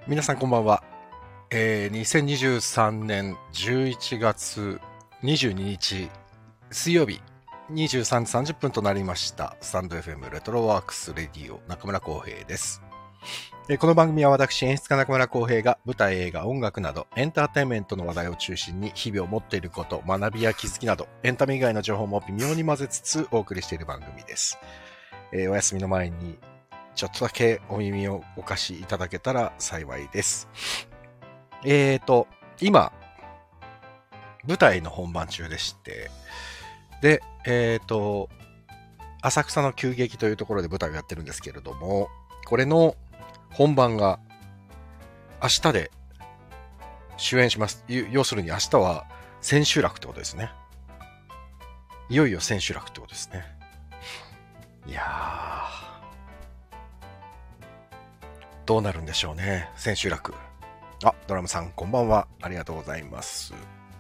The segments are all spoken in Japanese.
皆さんこんばんは。2023年11月22日水曜日23時30分となりました。スタンド FM レトロワークスレディオ中村浩平です。この番組は私演出家中村浩平が舞台、映画、音楽などエンターテインメントの話題を中心に日々を持っていること、学びや気づきなどエンタメ以外の情報も微妙に混ぜつつお送りしている番組です。お休みの前にちょっとだけお耳をお貸しいただけたら幸いです。今、舞台の本番中でして、で、浅草の急劇というところで舞台をやってるんですけれども、これの本番が明日で終演します。要するに明日は千秋楽ってことですね。いよいよ千秋楽ってことですね。いやー。どうなるんでしょうね、千秋楽。あ、ドラムさんこんばんは。ありがとうございます。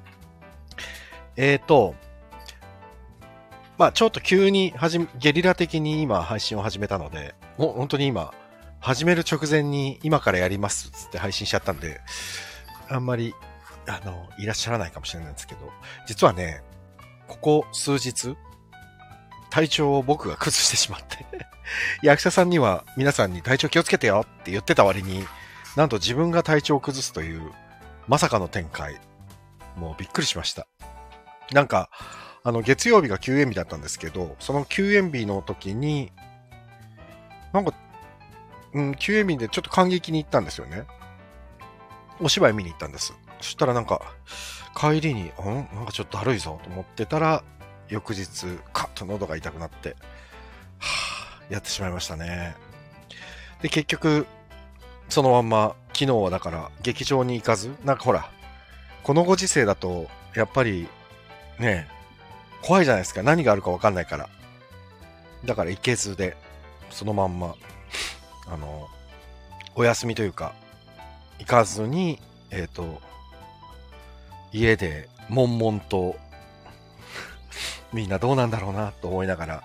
ちょっと急にゲリラ的に今配信を始めたので、もう本当に今、始める直前に今からやりますっつって配信しちゃったんで、あんまり、いらっしゃらないかもしれないんですけど、実はね、ここ数日、体調を僕が崩してしまって役者さんには皆さんに体調気をつけてよって言ってた割に、なんと自分が体調を崩すというまさかの展開。もうびっくりしました。なんか月曜日が休演日だったんですけど、その休演日の時になんか、休演日でちょっと感激に行ったんですよね。お芝居見に行ったんです。そしたらなんか帰りになんかちょっとだるいぞと思ってたら、翌日カッと喉が痛くなって、やってしまいましたね。で結局そのまんま昨日はだから劇場に行かず、なんかほらこのご時世だとやっぱりね怖いじゃないですか、何があるか分かんないから。だから行けずでそのまんまお休みというか行かずに家で悶々とみんなどうなんだろうなと思いながら、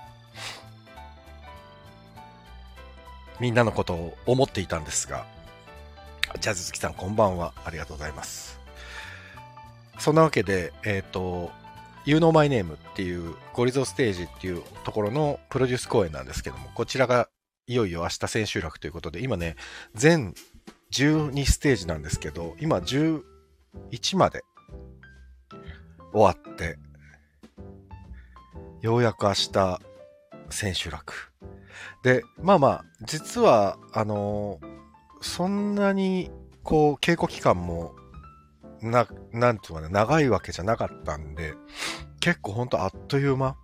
みんなのことを思っていたんですが、ジャズ好きさんこんばんは。ありがとうございます。そんなわけでYou Know My Name っていうゴリゾステージっていうところのプロデュース公演なんですけども、こちらがいよいよ明日千秋楽ということで、今ね全12ステージなんですけど、今11まで終わって、ようやく明日千秋楽で、実はそんなにこう稽古期間もなんていうかね、長いわけじゃなかったんで、結構ほんとあっという間、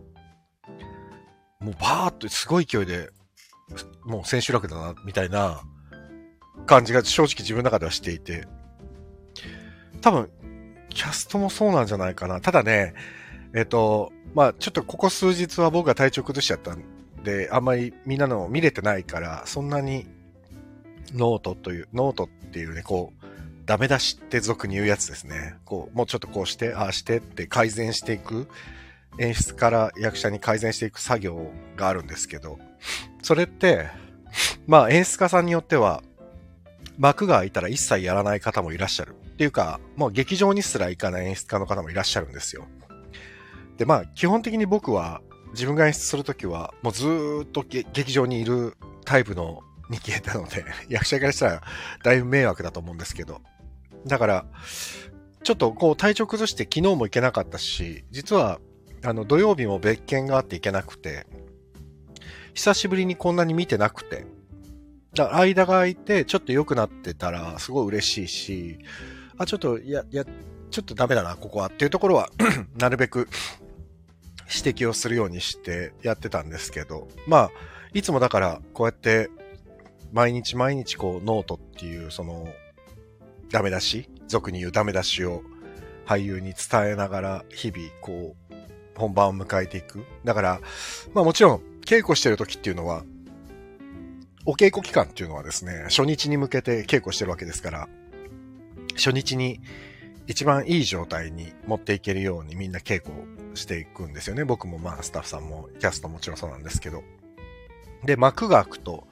もうバーっとすごい勢いでもう千秋楽だなみたいな感じが正直自分の中ではしていて、多分キャストもそうなんじゃないかな。ただね、ちょっとここ数日は僕が体調崩しちゃったんで、あんまりみんなの見れてないから、そんなにノートっていうね、こうダメ出しって俗に言うやつですね。こうもうちょっとこうしてああしてって改善していく、演出から役者に改善していく作業があるんですけど、それって演出家さんによっては幕が開いたら一切やらない方もいらっしゃるっていうか、もう劇場にすら行かない演出家の方もいらっしゃるんですよ。で基本的に僕は自分が演出するときはもうずーっと劇場にいるタイプの人間なので役者からしたらだいぶ迷惑だと思うんですけど、だからちょっとこう体調崩して昨日も行けなかったし、実は土曜日も別件があって行けなくて、久しぶりにこんなに見てなくて、だから間が空いてちょっと良くなってたらすごい嬉しいし、ちょっとちょっとダメだなここはっていうところはなるべく指摘をするようにしてやってたんですけど、いつもだからこうやって毎日毎日こうノートっていうそのダメ出し、俗に言うダメ出しを俳優に伝えながら日々こう本番を迎えていく。だからもちろん稽古してる時っていうのは、お稽古期間っていうのはですね、初日に向けて稽古してるわけですから、初日に一番いい状態に持っていけるようにみんな稽古していくんですよね。僕もスタッフさんもキャストもちろんそうなんですけど。で幕が開くと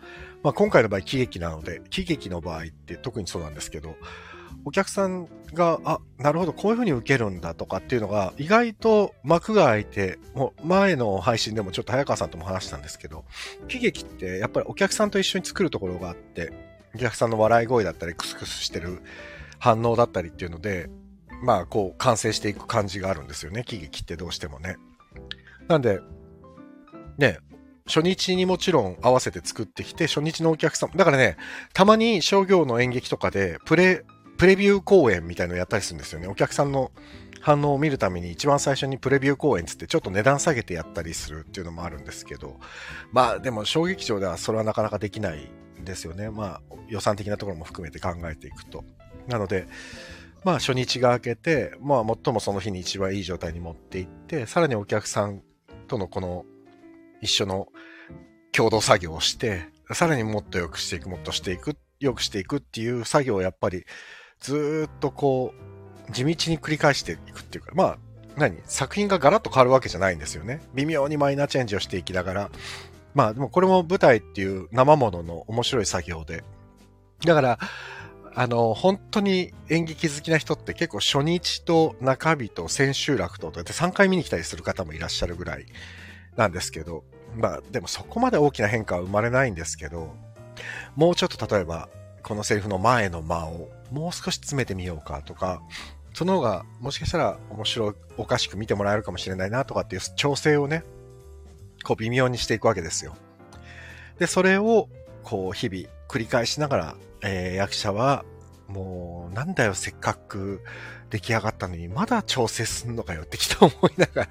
まあ今回の場合喜劇なので、喜劇の場合って特にそうなんですけど、お客さんが、なるほど、こういう風に受けるんだとかっていうのが、意外と幕が開いて、もう前の配信でもちょっと早川さんとも話したんですけど、喜劇ってやっぱりお客さんと一緒に作るところがあって、お客さんの笑い声だったり、クスクスしてる反応だったりっていうので、まあこう完成していく感じがあるんですよね、喜劇ってどうしてもね。なんで、ね、初日にもちろん合わせて作ってきて、初日のお客さん、だからね、たまに商業の演劇とかでプレビュー公演みたいなのをやったりするんですよね。お客さんの反応を見るために一番最初にプレビュー公演つってちょっと値段下げてやったりするっていうのもあるんですけど、まあでも小劇場ではそれはなかなかできないんですよね。まあ予算的なところも含めて考えていくと。なので、まあ初日が明けて、まあ最もその日に一番いい状態に持っていって、さらにお客さんとのこの一緒の共同作業をして、さらにもっと良くしていく、もっとしていく、良くしていくっていう作業をやっぱりずーっとこう地道に繰り返していくっていうか、まあ作品がガラッと変わるわけじゃないんですよね。微妙にマイナーチェンジをしていきながら、まあでもこれも舞台っていう生ものの面白い作業で、だから本当に演劇好きな人って結構初日と中日と千秋楽とで3回見に来たりする方もいらっしゃるぐらいなんですけど、まあでもそこまで大きな変化は生まれないんですけど、もうちょっと例えばこのセリフの前の間をもう少し詰めてみようかとか、その方がもしかしたら面白いおかしく見てもらえるかもしれないなとかっていう調整をね、こう微妙にしていくわけですよ。でそれをこう日々繰り返しながら、役者はもうなんだよ、せっかく出来上がったのにまだ調整すんのかよってきっと思いなが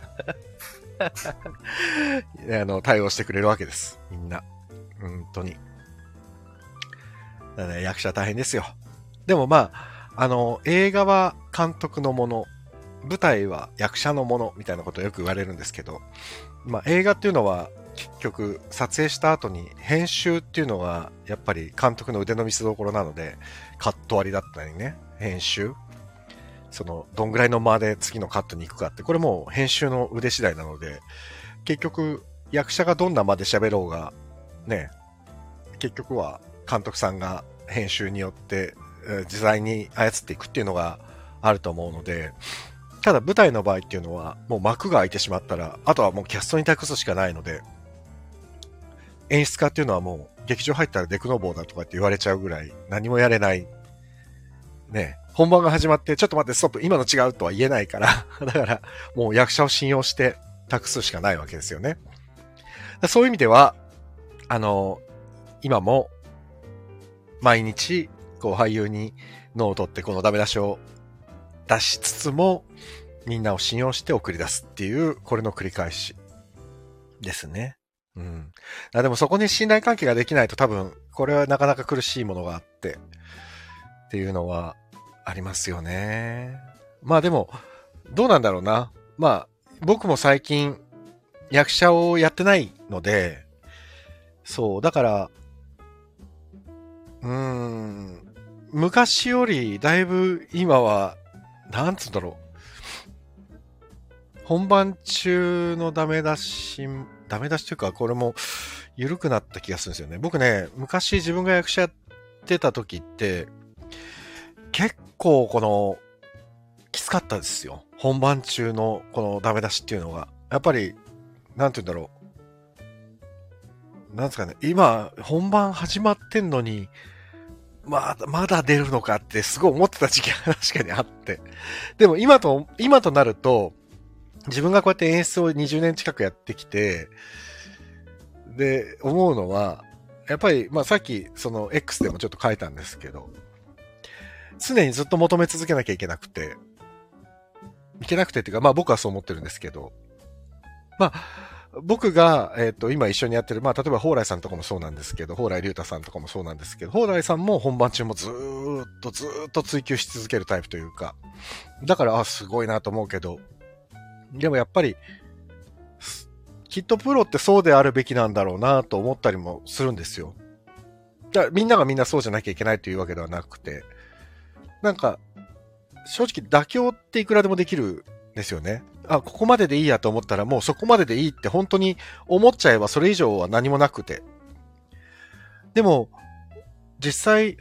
ら対応してくれるわけです、みんな。本当に。だからね、役者大変ですよ。でもまあ、映画は監督のもの、舞台は役者のものみたいなことをよく言われるんですけど、まあ映画っていうのは結局撮影した後に編集っていうのがやっぱり監督の腕の見せ所なので、カット割りだったりね、編集、そのどんぐらいの間で次のカットに行くかって、これもう編集の腕次第なので、結局役者がどんな間で喋ろうがね、結局は監督さんが編集によって自在に操っていくっていうのがあると思うので、ただ舞台の場合っていうのはもう幕が開いてしまったら、あとはもうキャストに託すしかないので、演出家っていうのはもう劇場入ったらデクノボーだとかって言われちゃうぐらい何もやれないね。本番が始まってちょっと待ってストップ、今の違うとは言えないからだからもう役者を信用して託すしかないわけですよね。そういう意味では今も毎日こう俳優にノを取ってこのダメ出しを出しつつもみんなを信用して送り出すっていうこれの繰り返しですね。うん。でもそこに信頼関係ができないと多分これはなかなか苦しいものがあってっていうのはありますよね。まあでもどうなんだろうな。まあ僕も最近役者をやってないので、そうだから昔よりだいぶ今はなんつうんだろう。本番中のダメ出しというか、これも緩くなった気がするんですよね。僕ね、昔自分が役者やってた時って、結構きつかったですよ。本番中のこのダメ出しっていうのが。やっぱり、なんて言うんだろう。なんですかね、今、本番始まってんのに、まだ出るのかってすごい思ってた時期が確かにあって。でも今となると、自分がこうやって演出を20年近くやってきて、で、思うのは、やっぱり、まあさっき、X でもちょっと書いたんですけど、常にずっと求め続けなきゃいけなくてっていうか、まあ僕はそう思ってるんですけど、まあ、僕が、今一緒にやってる、まあ例えば蓬莱さんとかもそうなんですけど、蓬莱竜太さんとかもそうなんですけど、蓬莱さんも本番中もずーっと追求し続けるタイプというか、だから、すごいなと思うけど、でもやっぱり、きっとプロってそうであるべきなんだろうなと思ったりもするんですよ。だからみんながみんなそうじゃなきゃいけないというわけではなくて、なんか、正直妥協っていくらでもできるんですよね。ここまででいいやと思ったらもうそこまででいいって本当に思っちゃえばそれ以上は何もなくて。 でも、実際、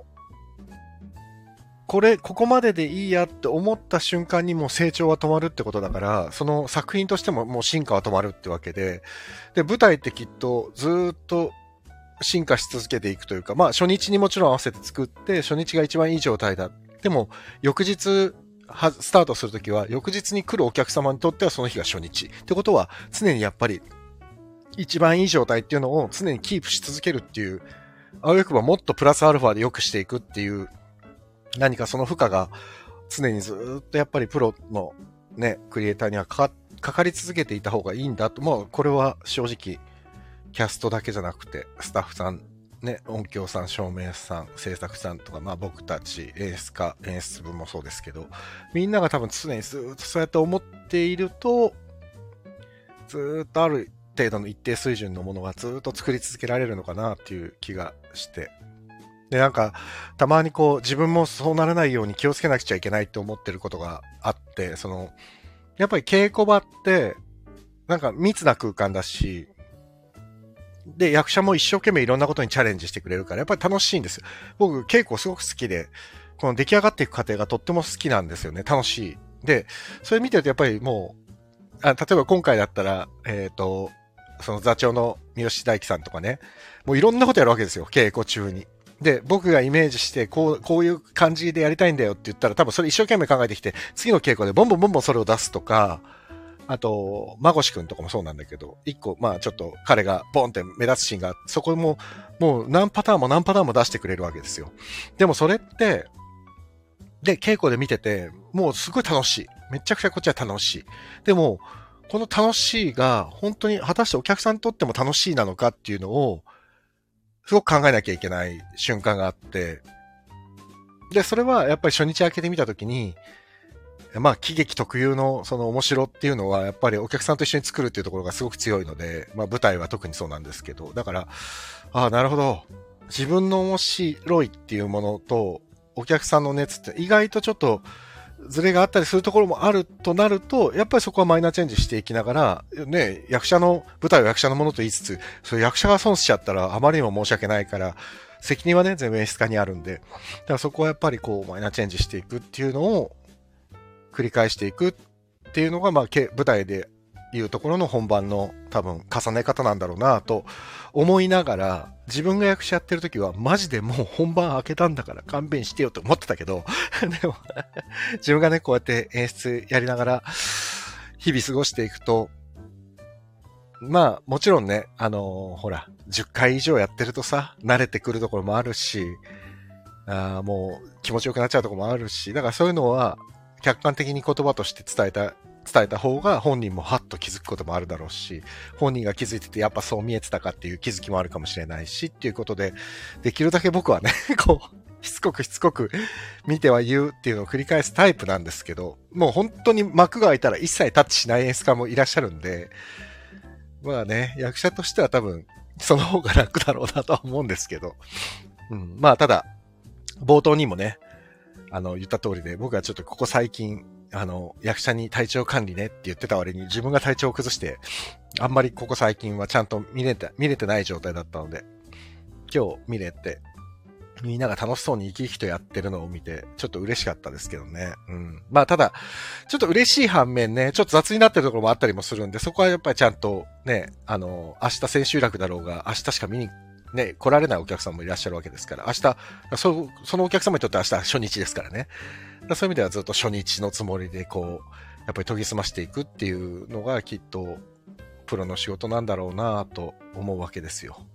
ここまででいいやって思った瞬間にもう成長は止まるってことだから、その作品としてももう進化は止まるってわけで、で、舞台ってきっとずーっと進化し続けていくというか、まあ初日にもちろん合わせて作って、初日が一番いい状態だ。でも、翌日、スタートするときは、翌日に来るお客様にとってはその日が初日。ってことは、常にやっぱり、一番いい状態っていうのを常にキープし続けるっていう、あわよくばもっとプラスアルファで良くしていくっていう、何かその負荷が常にずーっとやっぱりプロのね、クリエイターにはかかり続けていた方がいいんだと、まあこれは正直、キャストだけじゃなくて、スタッフさん、ね、音響さん、照明さん、制作さんとか、まあ僕たち、演出家、演出部もそうですけど、みんなが多分常にずーっとそうやって思っていると、ずーっとある程度の一定水準のものがずーっと作り続けられるのかなっていう気がして、で、なんか、たまにこう、自分もそうならないように気をつけなくちゃいけないって思ってることがあって、やっぱり稽古場って、なんか密な空間だし、で、役者も一生懸命いろんなことにチャレンジしてくれるから、やっぱり楽しいんですよ。僕、稽古すごく好きで、この出来上がっていく過程がとっても好きなんですよね。楽しい。で、それ見てるとやっぱりもう、例えば今回だったら、その座長の三好大樹さんとかね、もういろんなことやるわけですよ、稽古中に。で、僕がイメージして、こういう感じでやりたいんだよって言ったら、多分それ一生懸命考えてきて、次の稽古でボンボンボンボンそれを出すとか、あと、まごしくんとかもそうなんだけど、一個、まあちょっと彼がボンって目立つシーンが、そこも、もう何パターンも何パターンも出してくれるわけですよ。でもそれって、で、稽古で見てて、もうすごい楽しい。めちゃくちゃこっちは楽しい。でも、この楽しいが、本当に果たしてお客さんにとっても楽しいなのかっていうのを、すごく考えなきゃいけない瞬間があって、で、それはやっぱり初日開けてみたときに、まあ、喜劇特有のその面白っていうのは、やっぱりお客さんと一緒に作るっていうところがすごく強いので、まあ舞台は特にそうなんですけど、だから、ああ、なるほど。自分の面白いっていうものと、お客さんの熱って意外とちょっとズレがあったりするところもあるとなると、やっぱりそこはマイナーチェンジしていきながら、ね、舞台は役者のものと言いつつ、それ役者が損しちゃったらあまりにも申し訳ないから、責任はね、全部演出家にあるんで、だからそこはやっぱりこう、マイナーチェンジしていくっていうのを、繰り返していくっていうのが、まあ、舞台でいうところの本番の多分重ね方なんだろうなと思いながら、自分が役者やってる時はマジでもう本番開けたんだから勘弁してよと思ってたけど、でも自分がね、こうやって演出やりながら日々過ごしていくと、まあもちろんね、ほら、10回以上やってるとさ、慣れてくるところもあるし、もう気持ちよくなっちゃうところもあるし、だからそういうのは客観的に言葉として伝えた方が本人もハッと気づくこともあるだろうし、本人が気づいててやっぱそう見えてたかっていう気づきもあるかもしれないしっていうことで、できるだけ僕はね、こう、しつこく見ては言うっていうのを繰り返すタイプなんですけど、もう本当に幕が開いたら一切タッチしない演出家もいらっしゃるんで、まあね、役者としては多分その方が楽だろうなとは思うんですけど、うん、まあただ、冒頭にもね、言った通りで、僕はちょっとここ最近、役者に体調管理ねって言ってた割に自分が体調を崩して、あんまりここ最近はちゃんと見れてない状態だったので、今日見れて、みんなが楽しそうに生き生きとやってるのを見て、ちょっと嬉しかったですけどね。うん。まあただ、ちょっと嬉しい反面ね、ちょっと雑になってるところもあったりもするんで、そこはやっぱりちゃんとね、明日千秋楽だろうが、明日しか見にね、来られないお客さんもいらっしゃるわけですから、明日、そのお客様にとっては明日初日ですからね。そういう意味ではずっと初日のつもりで、こう、やっぱり研ぎ澄ましていくっていうのがきっと、プロの仕事なんだろうなと思うわけですよ。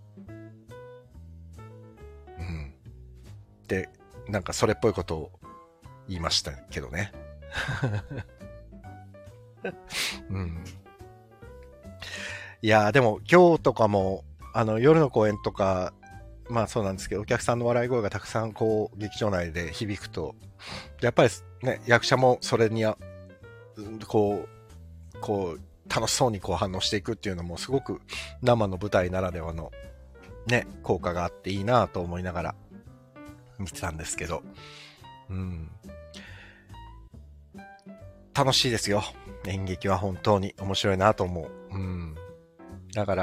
うん。で、なんかそれっぽいことを言いましたけどね。うん。いやーでも今日とかも、夜の公演とか、まあそうなんですけど、お客さんの笑い声がたくさんこう、劇場内で響くと、やっぱりね、役者もそれにこう、楽しそうにこう反応していくっていうのもすごく生の舞台ならではのね、効果があっていいなと思いながら見てたんですけど、うん。楽しいですよ。演劇は本当に面白いなと思う。うん。だから、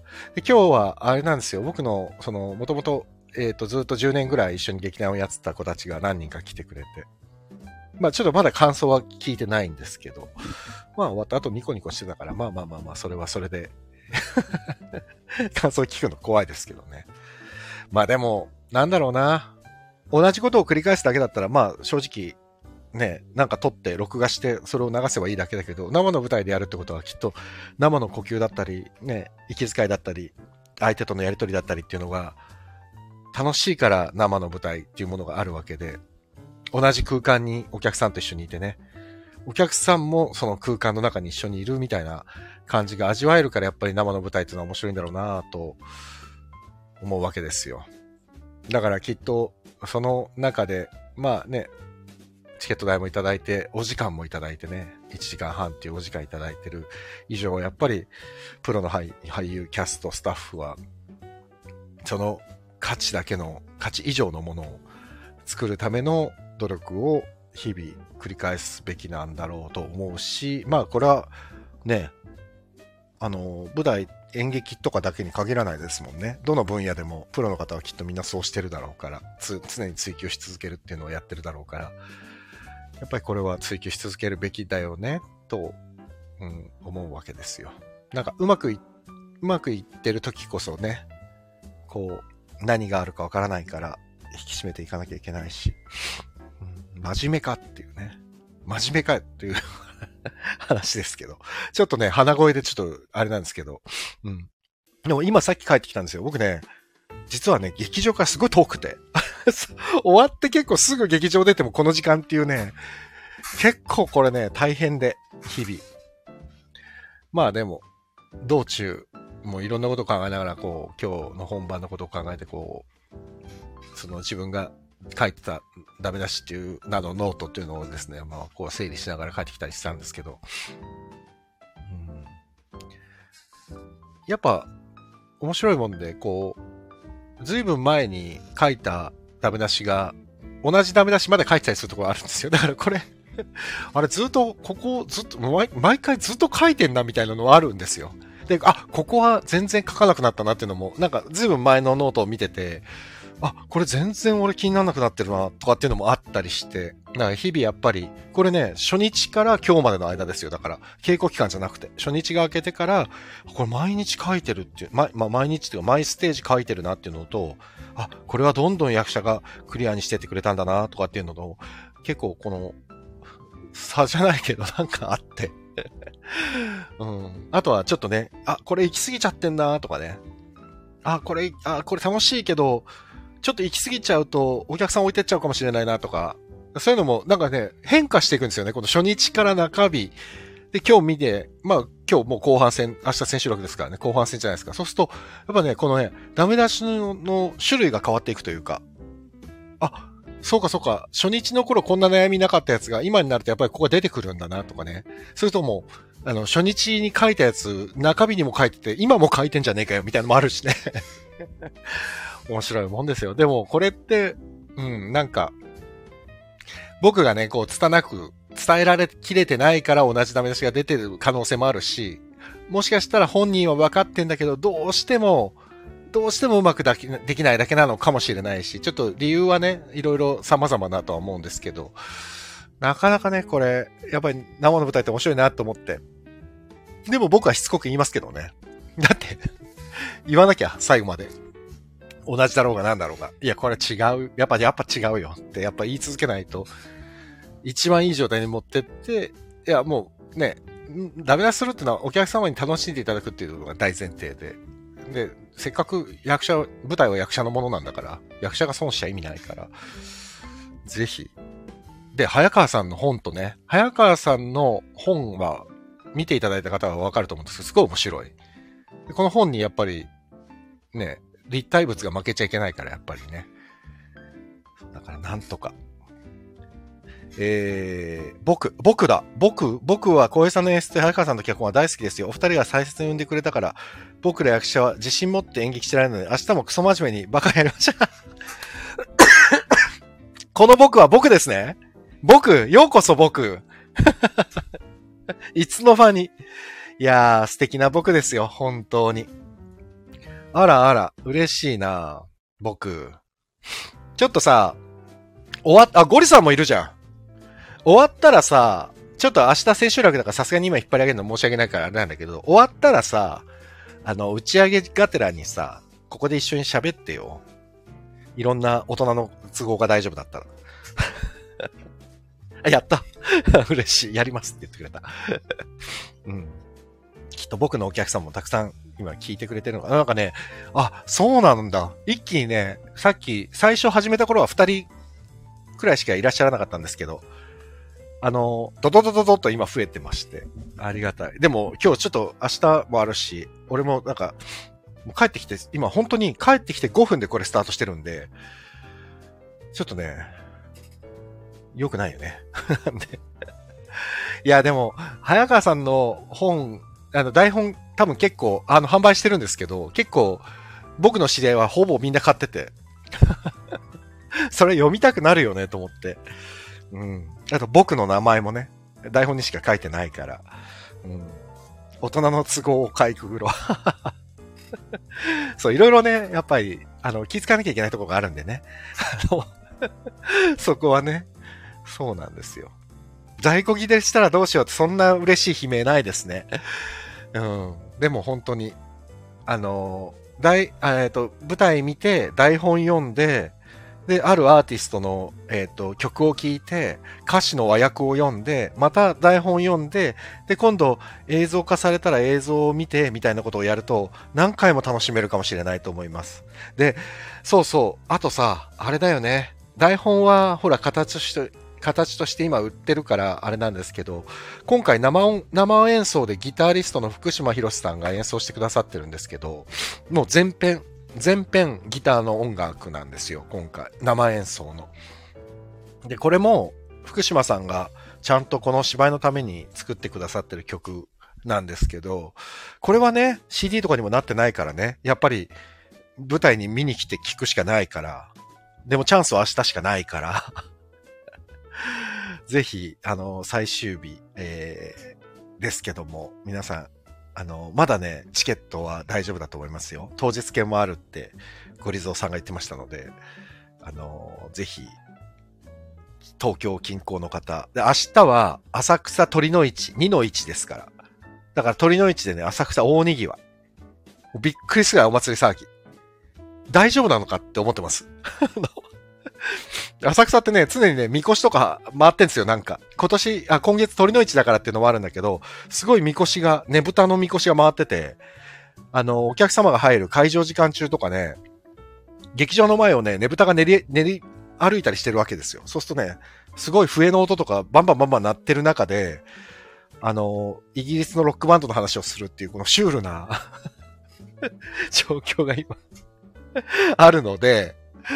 で、今日は、あれなんですよ。僕の、もともと、ずっと10年ぐらい一緒に劇団をやってた子たちが何人か来てくれて。まあちょっとまだ感想は聞いてないんですけど。まあ終わった後ニコニコしてたから、まあ、それはそれで。感想聞くの怖いですけどね。まあでも、なんだろうな。同じことを繰り返すだけだったら、まあ正直、ね、なんか撮って録画してそれを流せばいいだけだけど、生の舞台でやるってことはきっと生の呼吸だったり、ね、息遣いだったり、相手とのやりとりだったりっていうのが楽しいから生の舞台っていうものがあるわけで、同じ空間にお客さんと一緒にいてね、お客さんもその空間の中に一緒にいるみたいな感じが味わえるからやっぱり生の舞台っていうのは面白いんだろうなと思うわけですよ。だからきっとその中で、まあね、チケット代もいただいて、お時間もいただいてね、1時間半っていうお時間いただいてる以上、やっぱり、プロの俳優、キャスト、スタッフは、その価値以上のものを作るための努力を日々繰り返すべきなんだろうと思うし、まあこれはね、舞台、演劇とかだけに限らないですもんね。どの分野でもプロの方はきっとみんなそうしてるだろうから、常に追求し続けるっていうのをやってるだろうから、やっぱりこれは追求し続けるべきだよね、と、思うわけですよ。なんかうまくいってる時こそね、こう、何があるかわからないから引き締めていかなきゃいけないし、真面目かっていうね、真面目かっていう話ですけど、ちょっとね、鼻声でちょっとあれなんですけど、でも今さっき帰ってきたんですよ。僕ね、実はね、劇場からすごい遠くて。終わって結構すぐ劇場出てもこの時間っていうね、結構これね、大変で、日々。まあでも、道中、もういろんなことを考えながら、こう、今日の本番のことを考えて、こう、その自分が書いてたダメ出しっていうなどノートっていうのをですね、まあこう整理しながら帰ってきたりしたんですけど、やっぱ面白いもんで、こう、ずいぶん前に書いたダメ出しが、同じダメ出しまで書いてたりするところあるんですよ。だからこれ、あれずっと、毎回ずっと書いてんなみたいなのはあるんですよ。で、ここは全然書かなくなったなっていうのも、なんかずいぶん前のノートを見てて、これ全然俺気にならなくなってるな、とかっていうのもあったりして、なんか日々やっぱり、これね、初日から今日までの間ですよ。だから、稽古期間じゃなくて、初日が明けてから、これ毎日書いてるっていう、毎日っていうか、毎ステージ書いてるなっていうのと、これはどんどん役者がクリアにしてってくれたんだな、とかっていうのと、結構この、差じゃないけどなんかあってあとはちょっとね、これ行き過ぎちゃってんな、とかね。これ楽しいけど、ちょっと行き過ぎちゃうとお客さん置いてっちゃうかもしれないなとか、そういうのもなんかね、変化していくんですよね。この初日から中日。で、今日見て、今日もう後半戦、明日千秋楽ですからね、後半戦じゃないですか。そうすると、やっぱね、このね、ダメ出しの種類が変わっていくというか、そうか、初日の頃こんな悩みなかったやつが、今になるとやっぱりここが出てくるんだなとかね。それとも、初日に書いたやつ、中日にも書いてて、今も書いてんじゃねえかよ、みたいなのもあるしね。面白いもんですよ。でも、これって、なんか、僕がね、こう、拙く伝えられきれてないから同じダメ出しが出てる可能性もあるし、もしかしたら本人は分かってんだけど、どうしてもうまくできないだけなのかもしれないし、ちょっと理由はね、いろいろ様々だとは思うんですけど、なかなかね、これ、やっぱり生の舞台って面白いなと思って。でも僕はしつこく言いますけどね。だって、言わなきゃ、最後まで。同じだろうがなんだろうが。いや、これ違う。やっぱ違うよって、やっぱ言い続けないと、一番いい状態に持ってって、いや、もうね、ダメ出しするっていうのはお客様に楽しんでいただくっていうのが大前提で。で、せっかく舞台は役者のものなんだから、役者が損しちゃ意味ないから、ぜひ。で、早川さんの本とね、早川さんの本は見ていただいた方はわかると思うんですけど、すごい面白い。でこの本にやっぱり、ね、立体物が負けちゃいけないから、やっぱりね。だからなんとか。僕は小江さんの演出で早川さんの脚本は大好きですよ。お二人が大切に呼んでくれたから、僕ら役者は自信持って演劇してられるので、明日もクソ真面目にバカやりました。この僕は僕ですね。ようこそ僕。いつの間に。いやー、素敵な僕ですよ、本当に。 あらあら、嬉しいな僕。ちょっとさ、ゴリさんもいるじゃん。終わったらさ、ちょっと明日千秋楽だからさすがに今引っ張り上げるの申し訳ないからあれなんだけど、終わったらさ、打ち上げがてらにさ、ここで一緒に喋ってよ。いろんな大人の都合が大丈夫だったら。あ、やった嬉しい。やりますって言ってくれた。うん。きっと僕のお客さんもたくさん今聞いてくれてるのかな。なんかね、あ、そうなんだ。一気にね、さっき最初始めた頃は2人くらいしかいらっしゃらなかったんですけど、ドドドドドと今増えてまして、ありがたい。でも今日ちょっと明日もあるし、俺もなんか、もう帰ってきて、今本当に帰ってきて5分でこれスタートしてるんで、ちょっとね、良くないよね。いや、でも、早川さんの本、台本多分結構、販売してるんですけど、結構、僕の知り合いはほぼみんな買ってて、それ読みたくなるよね、と思って。うん。あと僕の名前もね、台本にしか書いてないから、うん。大人の都合をかいくぐろ。そう、いろいろね、やっぱり、気づかなきゃいけないところがあるんでね。そこはね、そうなんですよ。在庫切れしたらどうしようってそんな嬉しい悲鳴ないですね。うん。でも本当に、舞台見て、台本読んで、で、あるアーティストの、曲を聴いて、歌詞の和訳を読んで、また台本読んで、で、今度映像化されたら映像を見て、みたいなことをやると、何回も楽しめるかもしれないと思います。で、そうそう、あとさ、あれだよね。台本は、ほら、形として今売ってるからあれなんですけど、今回生演奏でギタリストの福島博さんが演奏してくださってるんですけど、もう全編ギターの音楽なんですよ、今回。生演奏の。で、これも福島さんがちゃんとこの芝居のために作ってくださってる曲なんですけど、これはね、CD とかにもなってないからね、やっぱり舞台に見に来て聴くしかないから、でもチャンスは明日しかないから、ぜひ、最終日、ですけども、皆さん、まだね、チケットは大丈夫だと思いますよ。当日券もあるって、ゴリゾーさんが言ってましたので、ぜひ、東京近郊の方。で、明日は、浅草鳥の市、2の1ですから。だから鳥の市でね、浅草大にぎわ。びっくりするぐらいお祭り騒ぎ。大丈夫なのかって思ってます。浅草ってね、常にね、みこしとか回ってんですよ、なんか。今月鳥の市だからっていうのもあるんだけど、すごいみこしが、ねぶたのみこしが回ってて、お客様が入る会場時間中とかね、劇場の前をね、ねぶたが練り歩いたりしてるわけですよ。そうするとね、すごい笛の音とかバンバン鳴ってる中で、イギリスのロックバンドの話をするっていう、このシュールな状況が今あるので、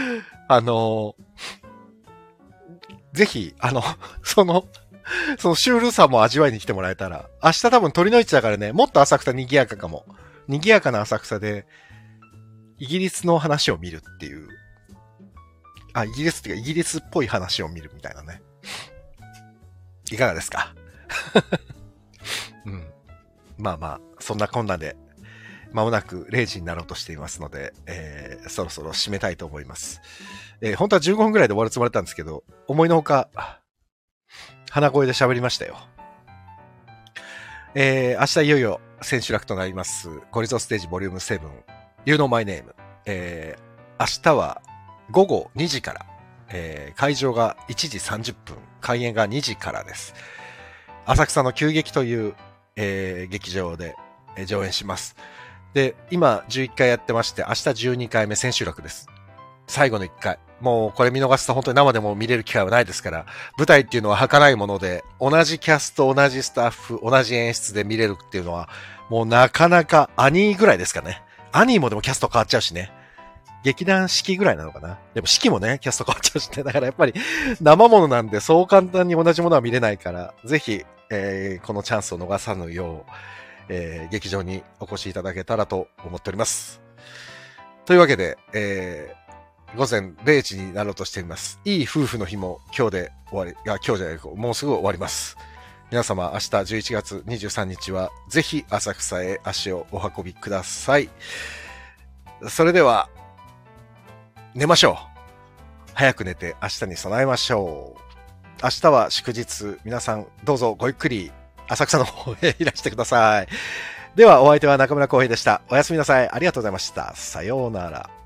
ぜひ、そのシュールさも味わいに来てもらえたら、明日多分鳥の市だからね、もっと浅草賑やかかも。賑やかな浅草で、イギリスの話を見るっていう。イギリスっていうか、イギリスっぽい話を見るみたいなね。いかがですか？うん。まあまあ、そんなこんなで、まもなく0時になろうとしていますので、そろそろ締めたいと思います。本当は15分くらいで終わるつもりだったんですけど、思いのほか、鼻声で喋りましたよ。明日いよいよ千秋楽となります、ゴリゾステージボリューム7、You Know My Name。明日は午後2時から、会場が1時30分、開演が2時からです。浅草の急激という、劇場で、上演します。で、今11回やってまして、明日12回目千秋楽です。最後の1回。もうこれ見逃すと本当に生でも見れる機会はないですから、舞台っていうのは儚いもので、同じキャスト、同じスタッフ、同じ演出で見れるっていうのは、もうなかなかアニーぐらいですかね。アニーもでもキャスト変わっちゃうしね。劇団四季ぐらいなのかな。でも四季もね、キャスト変わっちゃうしね。だからやっぱり生ものなんでそう簡単に同じものは見れないから、ぜひ、このチャンスを逃さぬよう、劇場にお越しいただけたらと思っております。というわけで、午前0時になろうとしています。いい夫婦の日も今日で終わり、今日じゃない、もうすぐ終わります。皆様明日11月23日はぜひ浅草へ足をお運びください。 それでは、寝ましょう。早く寝て明日に備えましょう。明日は祝日。皆さんどうぞごゆっくり浅草の方へいらしてください。ではお相手は中村浩平でした。おやすみなさい。ありがとうございました。さようなら。